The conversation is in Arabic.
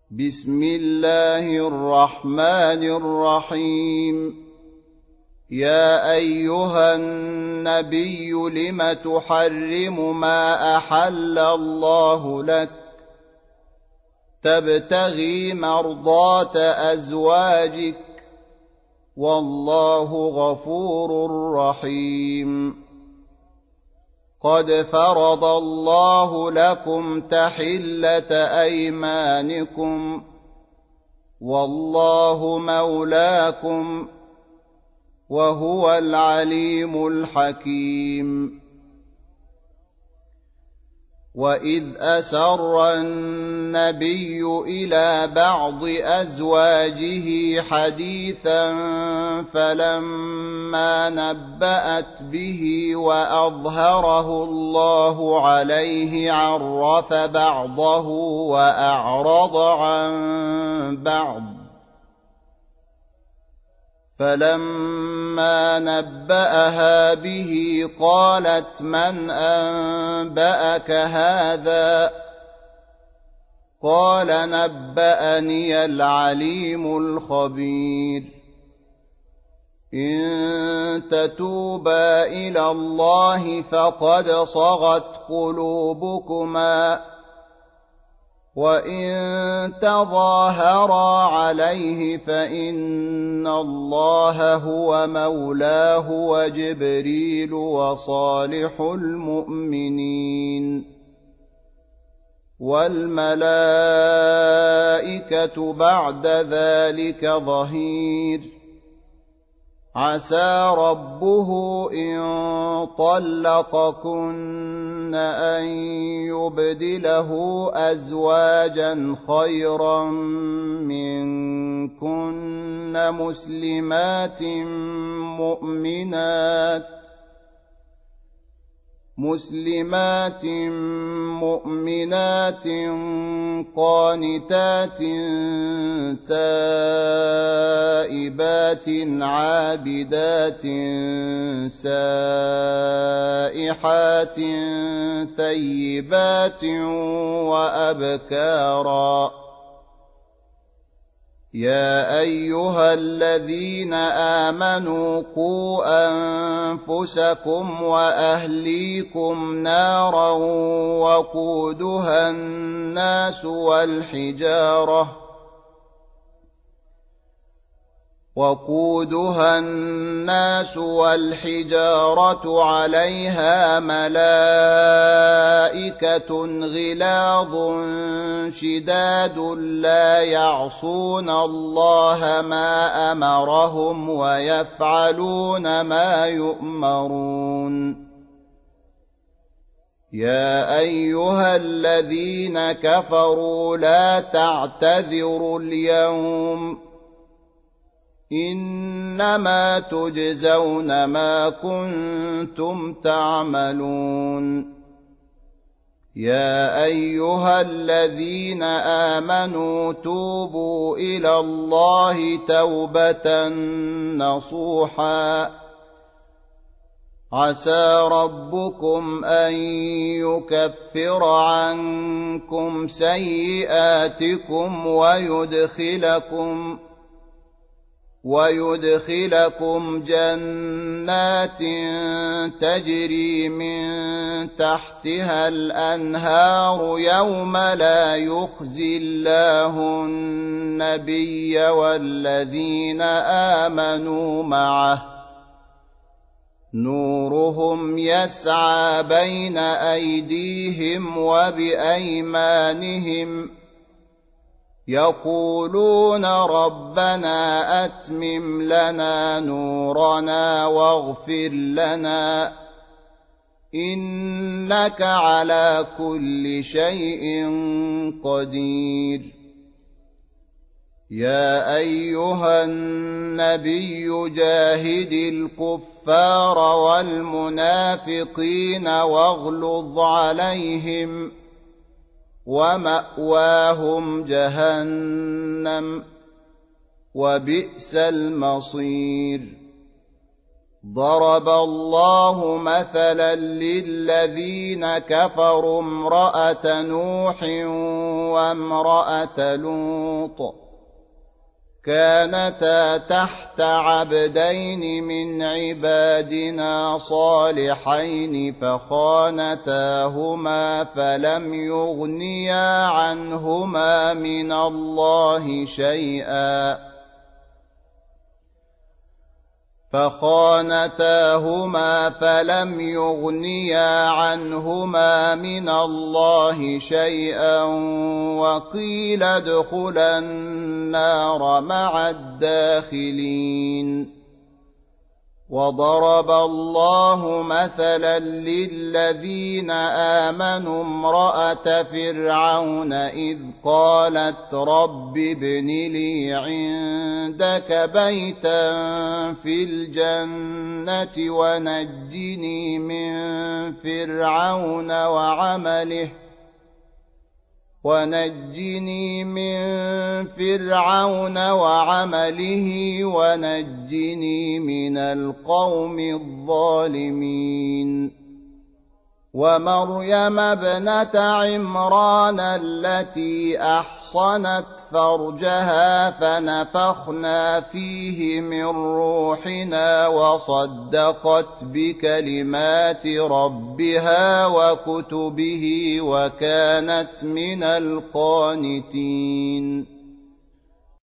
بسم الله الرحمن الرحيم. يا أيها النبي لم تحرم ما أحل الله لك تبتغي مرضات أزواجك والله غفور رحيم. قد فرض الله لكم تحلة أيمانكم والله مولاكم وهو العليم الحكيم. وإذ أسر النبي إلى بعض أزواجه حديثا فلما نبأت به وأظهره الله عليه عرف بعضه وأعرض عن بعض، فلما نبأها به قالت من أنبأك هذا؟ قال نبأني العليم الخبير. إن تتوبا إلى الله فقد صغت قلوبكما وإن تظاهرا عليه فإن الله هو مولاه وجبريل وصالح المؤمنين والملائكة بعد ذلك ظهير. عسى ربه إن طلقكن أن يبدله أزواجا خيرا منكن مسلمات مؤمنات قانتات تائبات عابدات سائحات ثيبات وأبكارا. يا أيها الذين آمنوا قوا أنفسكم وأهليكم نارا وقودها الناس والحجارة عليها ملائكة غلاظ شداد لا يعصون الله ما أمرهم ويفعلون ما يؤمرون. يا أيها الذين كفروا لا تعتذروا اليوم إنما تجزون ما كنتم تعملون. يا أيها الذين آمنوا توبوا إلى الله توبة نصوحا عسى ربكم أن يكفر عنكم سيئاتكم ويدخلكم جنات تجري من تحتها الأنهار يوم لا يخزي الله النبي والذين آمنوا معه نورهم يسعى بين أيديهم وبأيمانهم يقولون ربنا أتمم لنا نورنا واغفر لنا إنك على كل شيء قدير. يا أيها النبي جاهد الكفار والمنافقين واغلظ عليهم ومأواهم جهنم وبئس المصير. ضرب الله مثلا للذين كفروا امرأة نوح وامرأة لوط كانتا تحت عبدين من عبادنا صالحين فخانتاهما فلم يغنيا عنهما من الله شيئا وقيل ادخلا النار مع الداخلين وضرب الله مثلا للذين آمنوا امرأة فرعون إذ قالت رب ابن لي عندك بيتا في الجنة ونجني من فرعون وعمله ونجني من القوم الظالمين ومريم ابنة عمران التي أحصنت فرجها فنفخنا فيه من روحنا وصدقت بكلمات ربها وكتبه وكانت من القانتين